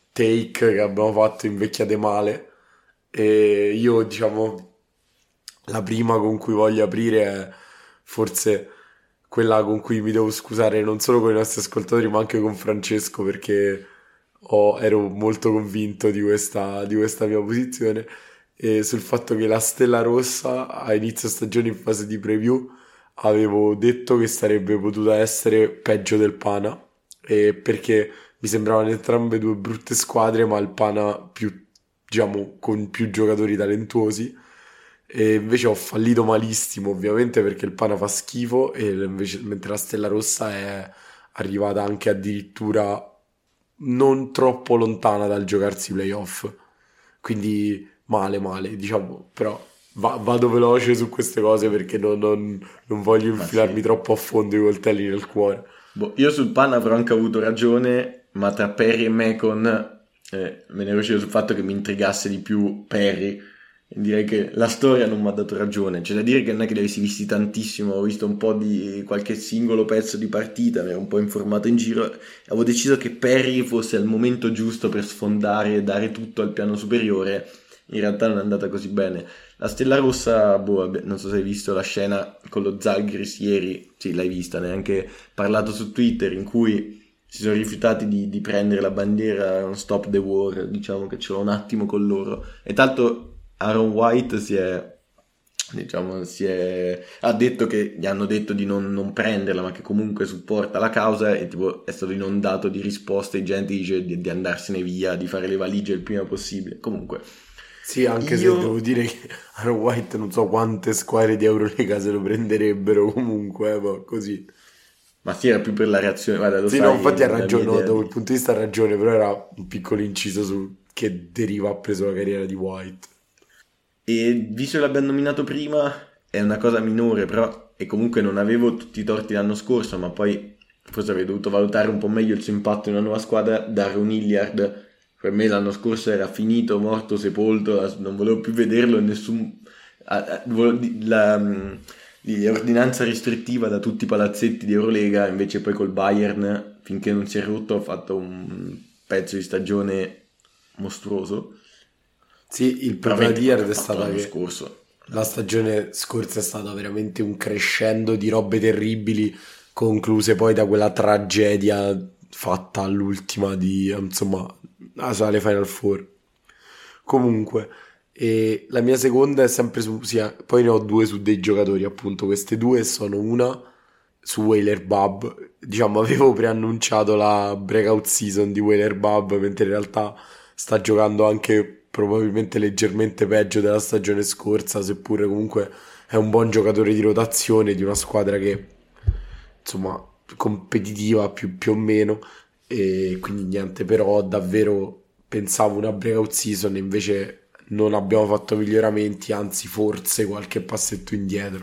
take che abbiamo fatto invecchiate male. E io, diciamo, la prima con cui voglio aprire è forse quella con cui mi devo scusare non solo con i nostri ascoltatori, ma anche con Francesco, perché ero molto convinto di questa mia posizione, e sul fatto che la Stella Rossa a inizio stagione in fase di preview avevo detto che sarebbe potuta essere peggio del Pana, e perché mi sembravano entrambe due brutte squadre, ma il Pana più, diciamo, con più giocatori talentuosi. E invece ho fallito malissimo, ovviamente, perché il Pana fa schifo, e mentre la Stella Rossa è arrivata anche addirittura non troppo lontana dal giocarsi i playoff. Quindi male, diciamo, però vado veloce su queste cose perché non voglio Ma infilarmi sì. troppo a fondo i coltelli nel cuore. Boh, io sul Pan avrò anche avuto ragione, ma tra Perry e Macon me ne ero uscito sul fatto che mi intrigasse di più Perry. E direi che la storia non mi ha dato ragione. C'è da dire che non è che li avessi visti tantissimo, ho visto un po' di qualche singolo pezzo di partita, mi ero un po' informato in giro e avevo deciso che Perry fosse al momento giusto per sfondare e dare tutto al piano superiore. In realtà non è andata così bene. La Stella Rossa, boh, vabbè, non so se hai visto la scena con lo Zalgiris ieri, sì, l'hai vista, neanche parlato su Twitter, in cui si sono rifiutati di prendere la bandiera on Stop the War, diciamo che ce l'ho un attimo con loro. E tanto Aaron White ha detto che gli hanno detto di non prenderla, ma che comunque supporta la causa, e tipo è stato inondato di risposte di gente che dice di andarsene via, di fare le valigie il prima possibile. Comunque, Sì, anche se devo io... dire che Aaron White non so quante squadre di Eurolega se lo prenderebbero comunque, ma così. Ma sì, era più per la reazione, guarda, lo Sì, no, sai, infatti ha la mia ragione, no, idea da quel di... punto di vista ha ragione, però era un piccolo inciso su che deriva ha preso la carriera di White. E visto che l'abbiamo nominato prima, è una cosa minore, però, e comunque non avevo tutti i torti l'anno scorso, ma poi forse avrei dovuto valutare un po' meglio il suo impatto in una nuova squadra. Darren Hilliard, per me l'anno scorso era finito, morto, sepolto, non volevo più vederlo in nessun... L'ordinanza restrittiva da tutti i palazzetti di Eurolega, invece poi col Bayern, finché non si è rotto, ha fatto un pezzo di stagione mostruoso. Sì, il Però problema di quello che Yard ha è fatto stata l'anno che scorso, la stagione scorsa è stata veramente un crescendo di robe terribili, concluse poi da quella tragedia fatta all'ultima di, insomma, alle Final Four. Comunque, e la mia seconda è sempre su, sì, poi ne ho due su dei giocatori, appunto, queste due sono una su Wailer Bub, diciamo, avevo preannunciato la breakout season di Wailer Bub, mentre in realtà sta giocando anche probabilmente leggermente peggio della stagione scorsa, seppure comunque è un buon giocatore di rotazione di una squadra che, insomma, competitiva più o meno, e quindi niente, però davvero pensavo una breakout season, invece non abbiamo fatto miglioramenti, anzi forse qualche passetto indietro.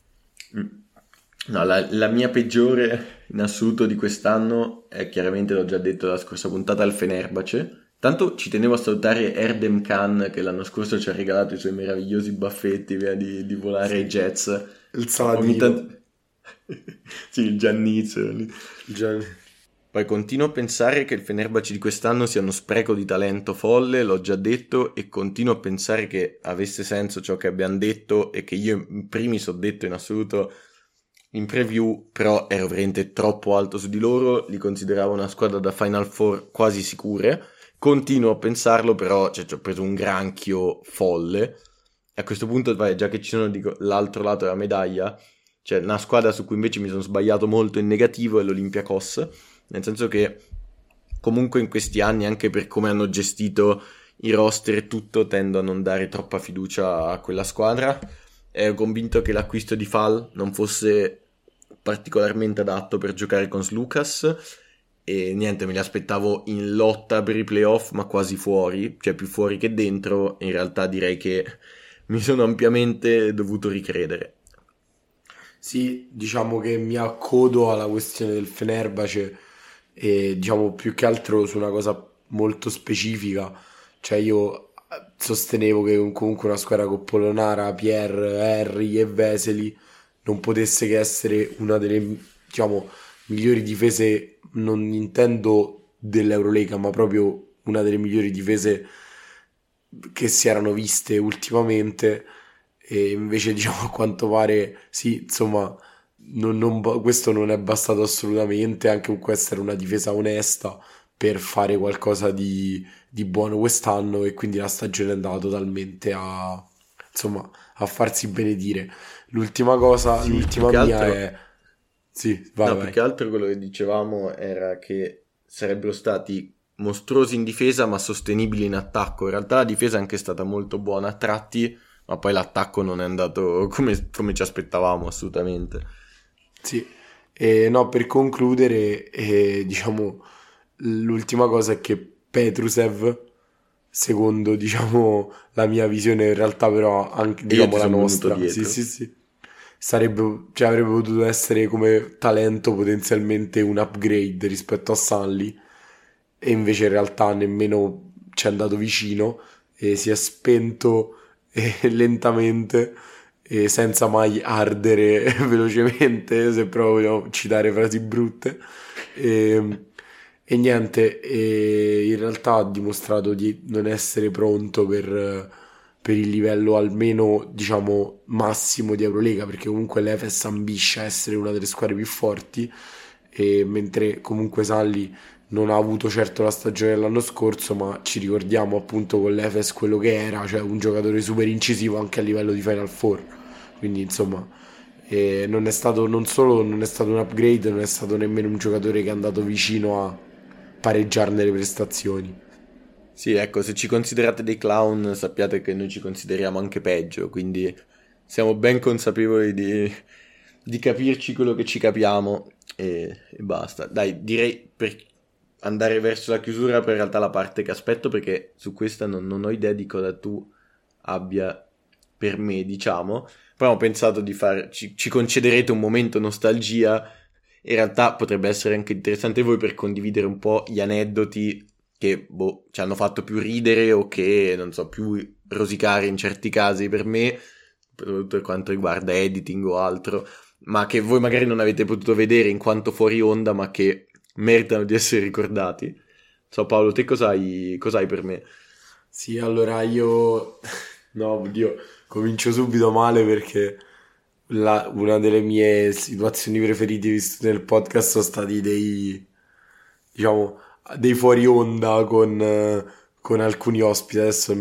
no, la mia peggiore in assoluto di quest'anno è chiaramente, l'ho già detto la scorsa puntata, al Fenerbahce. Tanto ci tenevo a salutare Erdem Khan, che l'anno scorso ci ha regalato i suoi meravigliosi baffetti prima di volare ai Sì, Jets. il Ogni Saladino. tanto... sì, il Giannizio. Già- Poi continuo a pensare che il Fenerbahce di quest'anno sia uno spreco di talento folle, l'ho già detto, e continuo a pensare che avesse senso ciò che abbiamo detto e che io in primis ho detto in assoluto in preview, però ero veramente troppo alto su di loro, li consideravo una squadra da Final Four quasi sicure. Continuo a pensarlo, però cioè, ci ho preso un granchio folle. A questo punto, vai, già che ci sono, dico, l'altro lato della medaglia, cioè una squadra su cui invece mi sono sbagliato molto in negativo è l'Olympiakos, nel senso che comunque in questi anni, anche per come hanno gestito i roster e tutto, tendo a non dare troppa fiducia a quella squadra. Ero convinto che l'acquisto di Fall non fosse particolarmente adatto per giocare con Slucas, e niente, me li aspettavo in lotta per i playoff, ma quasi fuori, cioè più fuori che dentro. In realtà direi che mi sono ampiamente dovuto ricredere. Sì, diciamo che mi accodo alla questione del Fenerbahce, e diciamo più che altro su una cosa molto specifica, cioè io sostenevo che comunque una squadra con Polonara, Pierre, Harry e Vesely non potesse che essere una delle, diciamo, migliori difese, non intendo dell'Eurolega, ma proprio una delle migliori difese che si erano viste ultimamente, e invece diciamo a quanto pare sì, insomma, questo non è bastato assolutamente, anche con questa era una difesa onesta per fare qualcosa di buono quest'anno, e quindi la stagione è andata totalmente insomma, a farsi benedire. L'ultima cosa, Sì, l'ultima più che mia altro, è... Sì, vai, no, più vai. che altro quello che dicevamo era che sarebbero stati mostruosi in difesa ma sostenibili in attacco. In realtà la difesa è anche stata molto buona a tratti, ma poi l'attacco non è andato come ci aspettavamo assolutamente. Sì, e no, per concludere, diciamo, l'ultima cosa è che Petrusev, secondo, diciamo, la mia visione, in realtà però anche, E io diciamo, ti la sono venuto nostra, sì, dietro. sì, sì, cioè, avrebbe potuto essere come talento potenzialmente un upgrade rispetto a Stanley, e invece in realtà nemmeno ci è andato vicino, e si è spento lentamente e senza mai ardere velocemente, se proprio vogliamo citare frasi brutte. E, e niente, e in realtà ha dimostrato di non essere pronto per il livello almeno, diciamo, massimo di Eurolega, perché comunque l'Efes ambisce a essere una delle squadre più forti, e mentre comunque Salli non ha avuto certo la stagione dell'anno scorso, ma ci ricordiamo appunto con l'Efes quello che era, cioè un giocatore super incisivo anche a livello di Final Four. Quindi insomma, non è stato, non solo non è stato un upgrade, non è stato nemmeno un giocatore che è andato vicino a pareggiarne le prestazioni. Sì, ecco, se ci considerate dei clown, sappiate che noi ci consideriamo anche peggio, quindi siamo ben consapevoli di capirci quello che ci capiamo e basta. Dai, direi per andare verso la chiusura, per in realtà la parte che aspetto, perché su questa non ho idea di cosa tu abbia per me, diciamo. Poi ho pensato di ci concederete un momento nostalgia. In realtà potrebbe essere anche interessante voi per condividere un po' gli aneddoti che ci hanno fatto più ridere o che, non so, più rosicare in certi casi per me, per quanto riguarda editing o altro, ma che voi magari non avete potuto vedere in quanto fuori onda, ma che meritano di essere ricordati. So, Paolo, te cos'hai per me? Sì, allora io... No, oddio, comincio subito male perché una delle mie situazioni preferite viste nel podcast sono stati diciamo, dei fuori onda con alcuni ospiti. Adesso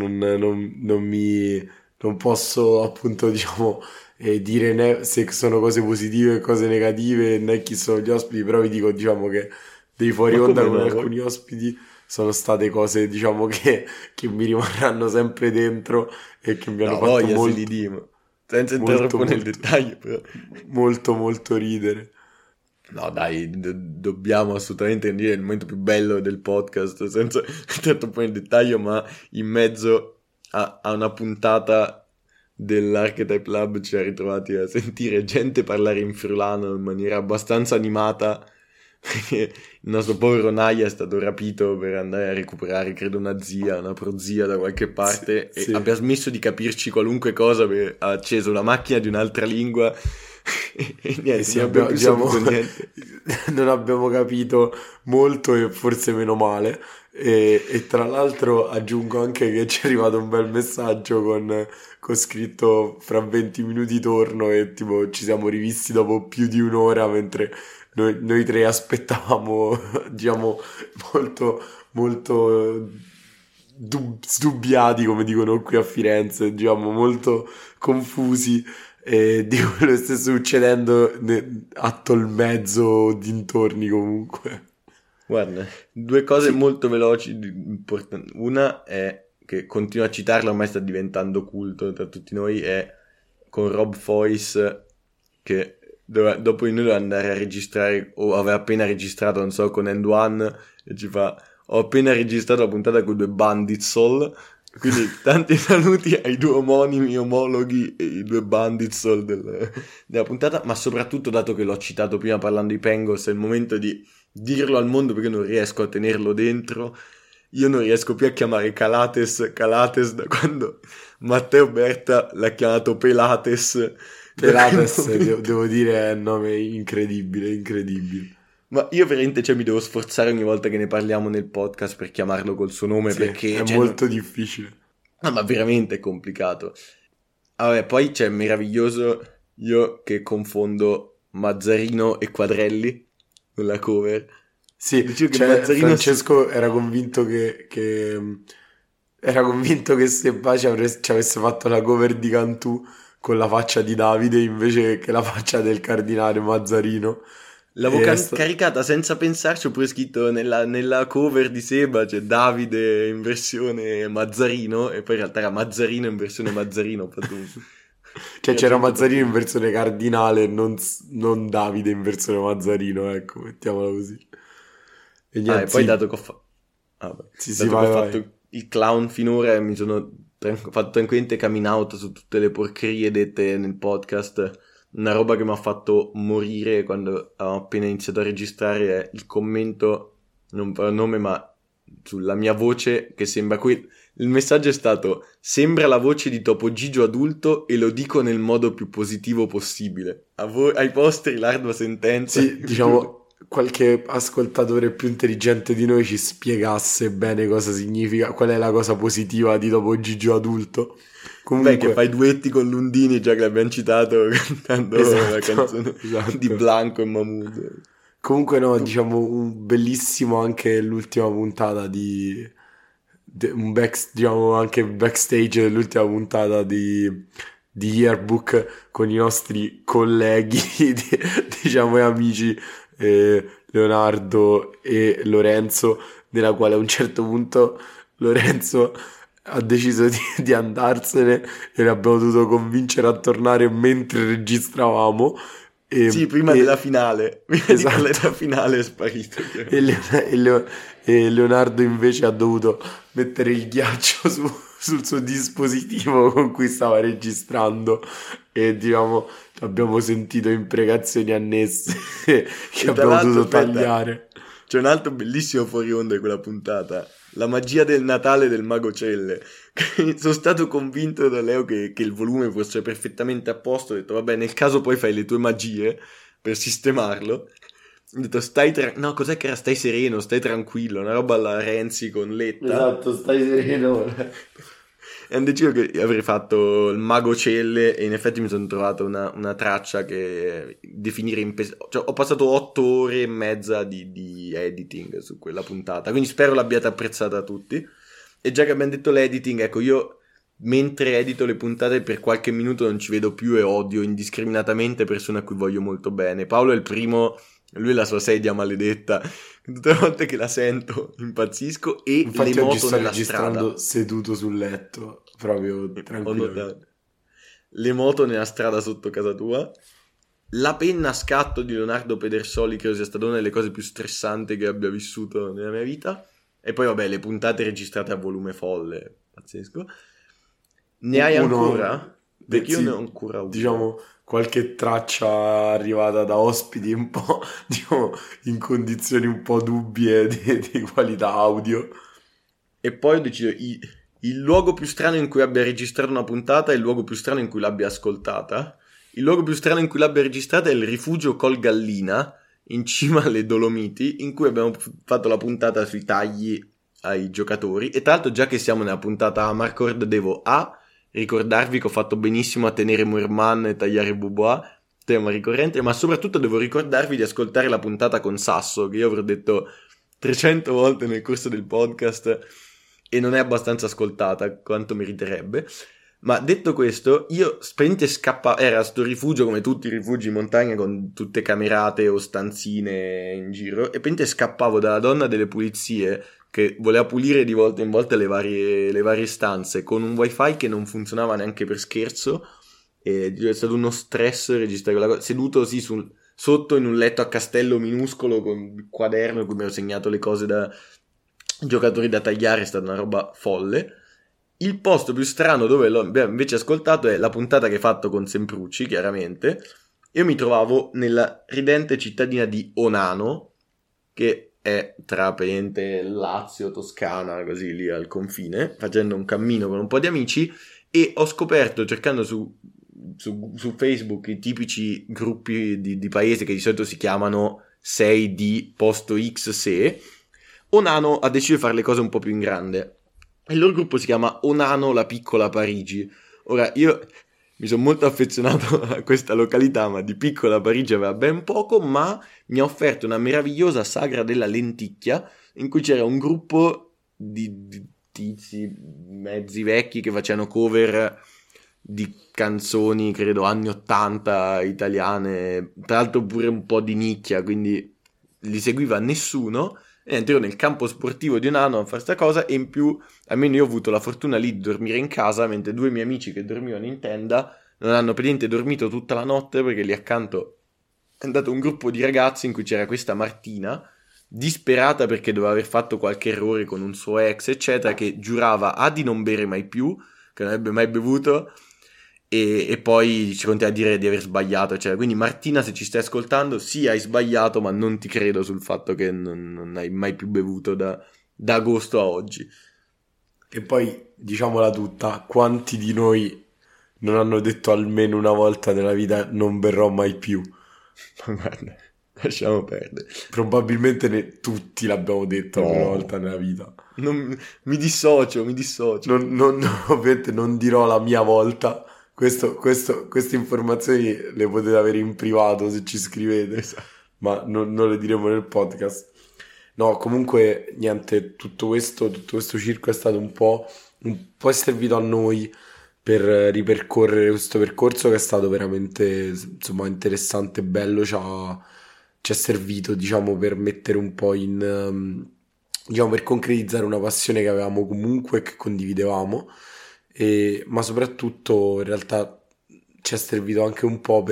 non posso appunto, diciamo, dire né se sono cose positive o cose negative né chi sono gli ospiti, però vi dico, diciamo, che dei fuori Ma onda come con no? alcuni ospiti sono state cose, diciamo, che mi rimarranno sempre dentro e che mi hanno No, fatto voglia se li molto, dimo. Senza entrare molto, troppo nel molto, dettaglio, però. molto, molto ridere. No, dai, dobbiamo assolutamente dire il momento più bello del podcast, senza entrare troppo nel dettaglio, ma in mezzo a una puntata dell'Archetype Lab ci ha ritrovati a sentire gente parlare in friulano in maniera abbastanza animata, perché il nostro povero Naya è stato rapito per andare a recuperare, credo, una zia, una prozia da qualche Sì, parte, e sì. abbia smesso di capirci qualunque cosa perché ha acceso una macchina di un'altra lingua e E niente, sì, non abbiamo più diciamo, saputo niente. non abbiamo capito molto e forse meno male. E tra l'altro aggiungo anche che ci è arrivato un bel messaggio con scritto fra 20 minuti torno, e tipo ci siamo rivisti dopo più di un'ora mentre noi tre aspettavamo, diciamo, molto, molto sdubbiati, come dicono qui a Firenze, diciamo, molto confusi di quello che sta succedendo a Tolmezzo dintorni comunque. Guarda, due cose Sì, molto veloci, importanti. Una è che continuo a citarla, ormai sta diventando culto tra tutti noi, è con Rob Foyce che dopo di noi doveva andare a registrare, o aveva appena registrato, non so, con End One, e ci fa: ho appena registrato la puntata con i due Bandit Soul. Quindi tanti saluti ai due omonimi omologhi e i due Bandit Soul della puntata, ma soprattutto, dato che l'ho citato prima parlando di Pengos, è il momento di dirlo al mondo perché non riesco a tenerlo dentro. Io non riesco più a chiamare Calates da quando Matteo Berta l'ha chiamato Pelates. Da quel Pelates momento. devo dire è un nome incredibile, incredibile. Ma io veramente, cioè, mi devo sforzare ogni volta che ne parliamo nel podcast per chiamarlo col suo nome, Sì, perché è cioè, molto difficile. no, ma veramente è complicato. Vabbè, poi c'è meraviglioso io che confondo Mazzarino e Quadrelli con la cover. Sì, Dicevo che cioè, Mazzarino Francesco era convinto era convinto che Seba ci avesse fatto la cover di Cantù con la faccia di Davide invece che la faccia del cardinale Mazzarino. l'avevo E sta- caricata senza pensarci, ho pure scritto nella cover di Seba c'è Davide in versione Mazzarino e poi in realtà era Mazzarino in versione Mazzarino. Ho fatto Cioè c'era accento Mazzarino in troppo. versione cardinale, non Davide in versione Mazzarino, ecco, mettiamola così. E Ah, e niente, poi sì, sì, dato che ho vai, vai. fatto il clown finora e mi sono fatto tranquillamente coming out su tutte le porcherie dette nel podcast, una roba che mi ha fatto morire quando ho appena iniziato a registrare è il commento, non farò nome, ma sulla mia voce che sembra qui. Il messaggio è stato: sembra la voce di Topo Gigio adulto e lo dico nel modo più positivo possibile. A voi, ai posteri l'ardua sentenza. Sì, diciamo, qualche ascoltatore più intelligente di noi ci spiegasse bene cosa significa, qual è la cosa positiva di Topo Gigio adulto. Beh, che Comunque, fai duetti con Lundini, già che l'abbiamo citato cantando la canzone di esatto. Blanco e Mahmood. Comunque no, diciamo un bellissimo anche l'ultima puntata diciamo anche backstage dell'ultima puntata di Yearbook con i nostri colleghi, diciamo e amici Leonardo e Lorenzo, nella quale a un certo punto Lorenzo ha deciso di andarsene e l'abbiamo dovuto convincere a tornare mentre registravamo. Sì, prima della finale. Prima di Esatto. della finale è sparito. E Leonardo invece ha dovuto mettere il ghiaccio sul suo dispositivo con cui stava registrando e diciamo abbiamo sentito imprecazioni annesse che E tra abbiamo l'altro, dovuto aspetta, tagliare. c'è un altro bellissimo fuori onda di quella puntata. La magia del Natale del Mago Celle. Sono stato convinto da Leo che il volume fosse perfettamente a posto. Ho detto, vabbè, nel caso poi fai le tue magie per sistemarlo. Ho detto, no, cos'è che era? Stai sereno, stai tranquillo. Una roba alla Renzi con Letta. Esatto, stai sereno. E hanno deciso che avrei fatto il Mago Celle e in effetti mi sono trovato una traccia che definire cioè, ho passato 8 ore e mezza di editing su quella puntata, quindi spero l'abbiate apprezzata tutti. E già che abbiamo detto l'editing, ecco, io mentre edito le puntate per qualche minuto non ci vedo più e odio indiscriminatamente persone a cui voglio molto bene. Paolo è il primo, lui è la sua sedia maledetta, tutte le volte che la sento impazzisco. E Infatti le oggi moto sto nella registrando strada, seduto sul letto, proprio ho tranquillo. notato. Le moto nella strada sotto casa tua, la penna a scatto di Leonardo Pedersoli credo sia stata una delle cose più stressanti che abbia vissuto nella mia vita, e poi vabbè le puntate registrate a volume folle, pazzesco. Ne hai ancora? Perché io sì, ne ho ancora una. diciamo qualche traccia arrivata da ospiti un po' diciamo in condizioni un po' dubbie di qualità audio. E poi ho deciso il luogo più strano in cui abbia registrato una puntata e il luogo più strano in cui l'abbia ascoltata. Il luogo più strano in cui l'abbia registrata è il rifugio Col Gallina, in cima alle Dolomiti, in cui abbiamo fatto la puntata sui tagli ai giocatori. E tra l'altro, già che siamo nella puntata Marcord, devo ricordarvi che ho fatto benissimo a tenere Moerman e tagliare Bubois, tema ricorrente, ma soprattutto devo ricordarvi di ascoltare la puntata con Sasso, che io avrò detto 300 volte nel corso del podcast e non è abbastanza ascoltata quanto meriterebbe. Ma detto questo, io spente era sto rifugio come tutti i rifugi in montagna con tutte camerate o stanzine in giro, e pente scappavo dalla donna delle pulizie che voleva pulire di volta in volta le varie stanze con un wifi che non funzionava neanche per scherzo, e è stato uno stress registrare quella cosa, seduto sì sotto in un letto a castello minuscolo con il quaderno in cui mi ero segnato le cose da giocatori da tagliare, è stata una roba folle. Il posto più strano dove l'ho invece ascoltato è la puntata che hai fatto con Semprucci, chiaramente. Io mi trovavo nella ridente cittadina di Onano, che è tra praticamente Lazio, Toscana, così lì al confine, facendo un cammino con un po' di amici, e ho scoperto, cercando su Facebook, i tipici gruppi di paese che di solito si chiamano 6D posto X se, Onano ha deciso di fare le cose un po' più in grande. Il loro gruppo si chiama Onano la piccola Parigi. Ora, io mi sono molto affezionato a questa località, ma di piccola Parigi aveva ben poco, ma mi ha offerto una meravigliosa sagra della lenticchia, in cui c'era un gruppo di tizi mezzi vecchi che facevano cover di canzoni, credo, anni 80 italiane, tra l'altro pure un po' di nicchia, quindi li seguiva nessuno. E ero nel campo sportivo di Onano a fare sta cosa, e in più almeno io ho avuto la fortuna lì di dormire in casa, mentre due miei amici che dormivano in tenda non hanno praticamente dormito tutta la notte, perché lì accanto è andato un gruppo di ragazzi in cui c'era questa Martina disperata perché doveva aver fatto qualche errore con un suo ex eccetera, che giurava di non bere mai più, che non avrebbe mai bevuto, e poi ci continua a dire di aver sbagliato eccetera. Quindi Martina, se ci stai ascoltando, sì, hai sbagliato, ma non ti credo sul fatto che non hai mai più bevuto da agosto a oggi. E poi, diciamola tutta, quanti di noi non hanno detto almeno una volta nella vita non berrò mai più? Ma guarda, lasciamo perdere. Probabilmente tutti l'abbiamo detto una volta nella vita. Mi dissocio. Ovviamente non dirò la mia volta. Queste informazioni le potete avere in privato se ci scrivete, esatto. Ma non le diremo nel podcast. No, comunque niente, tutto questo circo è stato un po' è servito a noi per ripercorrere questo percorso, che è stato veramente, insomma, interessante, bello. Ci è servito, diciamo, per mettere un po' diciamo, per concretizzare una passione che avevamo comunque e che condividevamo, ma soprattutto in realtà ci è servito anche un po'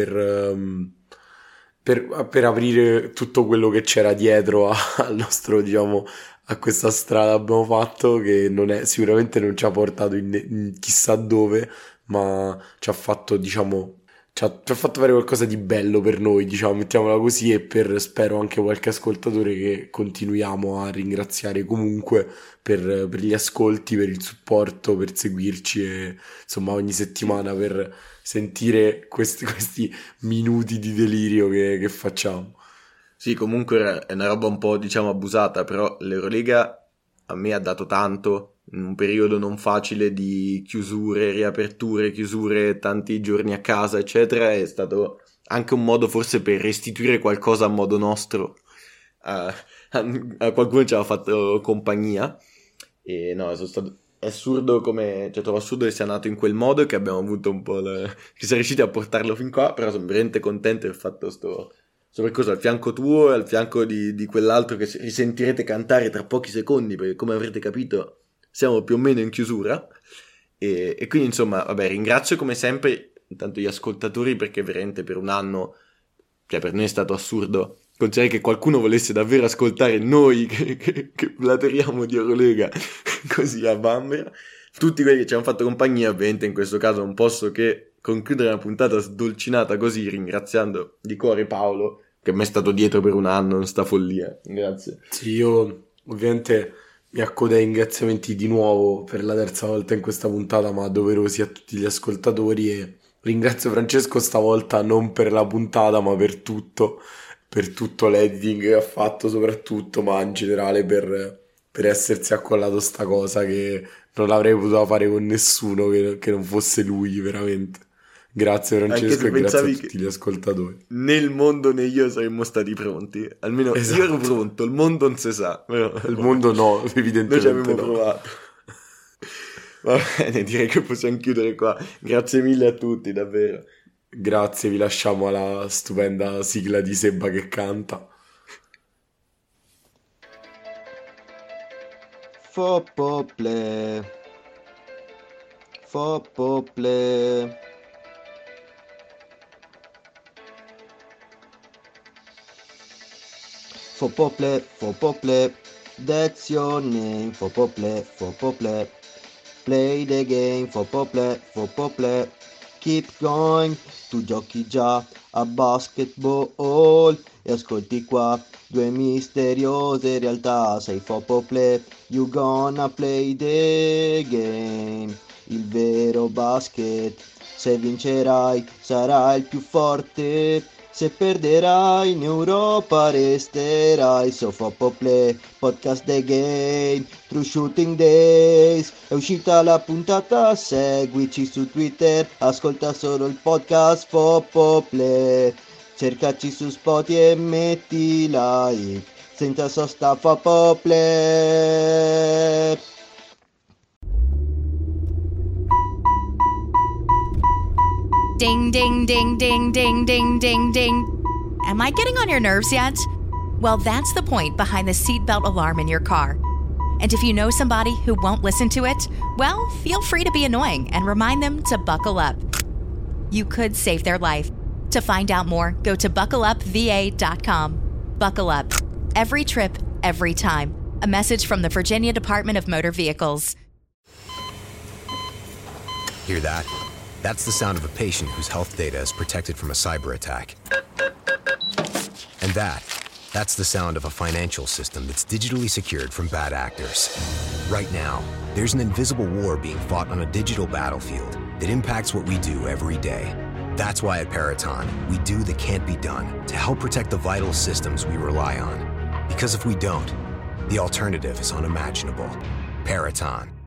per aprire tutto quello che c'era dietro al nostro, diciamo, a questa strada abbiamo fatto, che sicuramente non ci ha portato in chissà dove, ma ci ha fatto, diciamo, ci ha fatto fare qualcosa di bello per noi, diciamo, mettiamola così, e spero anche qualche ascoltatore che continuiamo a ringraziare comunque per gli ascolti, per il supporto, per seguirci, e insomma ogni settimana per sentire questi minuti di delirio che facciamo. Sì, comunque è una roba un po', diciamo, abusata, però l'Eurolega a me ha dato tanto in un periodo non facile di chiusure, riaperture, chiusure, tanti giorni a casa, eccetera. È stato anche un modo forse per restituire qualcosa a modo nostro a qualcuno che ci aveva fatto compagnia. E no, è assurdo trovo assurdo che sia nato in quel modo e che abbiamo avuto un po' che siamo riusciti a portarlo fin qua, però sono veramente contento del fatto sto percorso al fianco tuo e al fianco di quell'altro che risentirete cantare tra pochi secondi, perché come avrete capito siamo più o meno in chiusura, e quindi insomma, vabbè, ringrazio come sempre intanto gli ascoltatori, perché veramente per un anno, cioè per noi è stato assurdo considerare che qualcuno volesse davvero ascoltare noi che blateriamo di Eurolega così a bambera. Tutti quelli che ci hanno fatto compagnia, ovviamente in questo caso non posso che concludere una puntata sdolcinata così, ringraziando di cuore Paolo, che mi è stato dietro per un anno in sta follia. Grazie. Sì, io ovviamente mi accodo ai ringraziamenti di nuovo per la terza volta in questa puntata, ma doverosi a tutti gli ascoltatori, e ringrazio Francesco stavolta non per la puntata ma per tutto l'editing che ha fatto soprattutto, ma in generale per essersi accollato sta cosa che non l'avrei potuta fare con nessuno che non fosse lui, veramente. Grazie Francesco e grazie a tutti gli ascoltatori. Né il mondo né io saremmo stati pronti, almeno esatto. Io ero pronto, il mondo non si sa, però il mondo no, evidentemente noi ci abbiamo provato. Va bene, direi che possiamo chiudere qua. Grazie mille a tutti, davvero. Grazie, vi lasciamo alla stupenda sigla di Seba che canta. Fopople, fopople. Fopople, fopople, that's your name. Fopople, fopople, play the game. Fopople, fopople, keep going. Tu giochi già a basketball e ascolti qua due misteriose realtà. Sei Fopople, you gonna play the game. Il vero basket, se vincerai sarai il più forte. Se perderai in Europa resterai su Football Play, podcast the game, True Shooting Days. È uscita la puntata, seguici su Twitter, ascolta solo il podcast Football Play. Cercaci su Spotify e metti like, senza sosta Football Play. Ding, ding, ding, ding, ding, ding, ding, ding. Am I getting on your nerves yet? Well, that's the point behind the seatbelt alarm in your car. And if you know somebody who won't listen to it, well, feel free to be annoying and remind them to buckle up. You could save their life. To find out more, go to buckleupva.com. Buckle up. Every trip, every time. A message from the Virginia Department of Motor Vehicles. Hear that? That's the sound of a patient whose health data is protected from a cyber attack. And that's the sound of a financial system that's digitally secured from bad actors. Right now, there's an invisible war being fought on a digital battlefield that impacts what we do every day. That's why at Peraton, we do the can't be done to help protect the vital systems we rely on. Because if we don't, the alternative is unimaginable. Peraton.